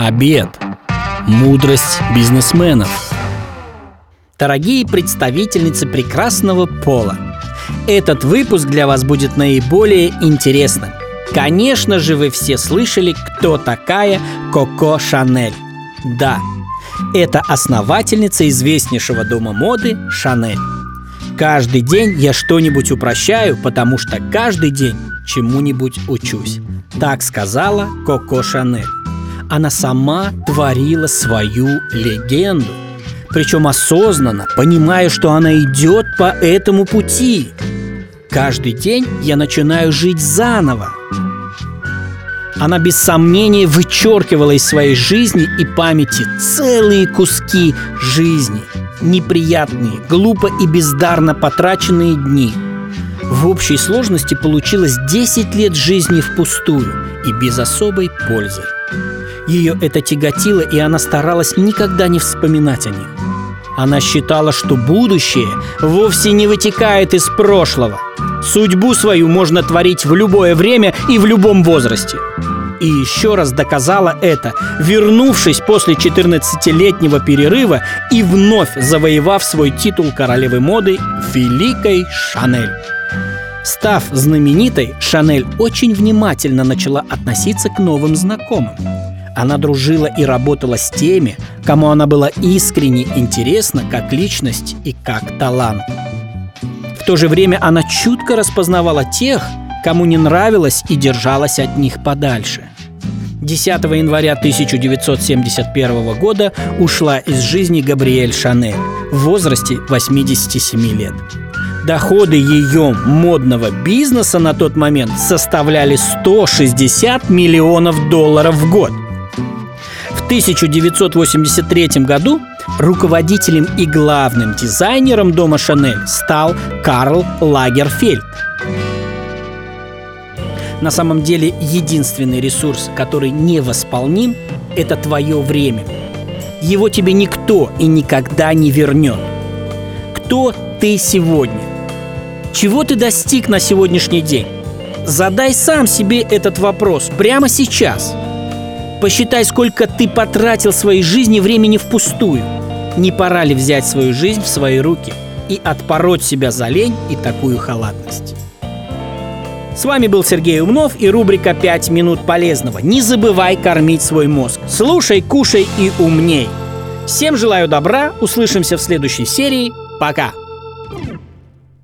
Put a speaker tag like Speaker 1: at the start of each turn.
Speaker 1: Обед. Мудрость бизнесменов.
Speaker 2: Дорогие представительницы прекрасного пола, этот выпуск для вас будет наиболее интересным. Конечно же, вы все слышали, кто такая Коко Шанель. Да, это основательница известнейшего дома моды Шанель. Каждый день я что-нибудь упрощаю, потому что каждый день чему-нибудь учусь. Так сказала Коко Шанель. Она сама творила свою легенду. Причем осознанно, понимая, что она идет по этому пути. Каждый день я начинаю жить заново. Она без сомнения вычеркивала из своей жизни и памяти целые куски жизни. Неприятные, глупо и бездарно потраченные дни. В общей сложности получилось 10 лет жизни впустую и без особой пользы. Ее это тяготило, и она старалась никогда не вспоминать о них. Она считала, что будущее вовсе не вытекает из прошлого. Судьбу свою можно творить в любое время и в любом возрасте. И еще раз доказала это, вернувшись после 14-летнего перерыва и вновь завоевав свой титул королевы моды Великой Шанель. Став знаменитой, Шанель очень внимательно начала относиться к новым знакомым. Она дружила и работала с теми, кому она была искренне интересна как личность и как талант. В то же время она чутко распознавала тех, кому не нравилось, и держалась от них подальше. 10 января 1971 года ушла из жизни Габриэль Шанель в возрасте 87 лет. Доходы ее модного бизнеса на тот момент составляли $160 миллионов в год. В 1983 году руководителем и главным дизайнером дома Шанель стал Карл Лагерфельд. На самом деле, единственный ресурс, который невосполним, это твое время. Его тебе никто и никогда не вернет. Кто ты сегодня? Чего ты достиг на сегодняшний день? Задай сам себе этот вопрос прямо сейчас. Посчитай, сколько ты потратил своей жизни времени впустую. Не пора ли взять свою жизнь в свои руки и отпороть себя за лень и такую халатность? С вами был Сергей Умнов и рубрика «5 минут полезного». Не забывай кормить свой мозг. Слушай, кушай и умней. Всем желаю добра. Услышимся в следующей серии. Пока!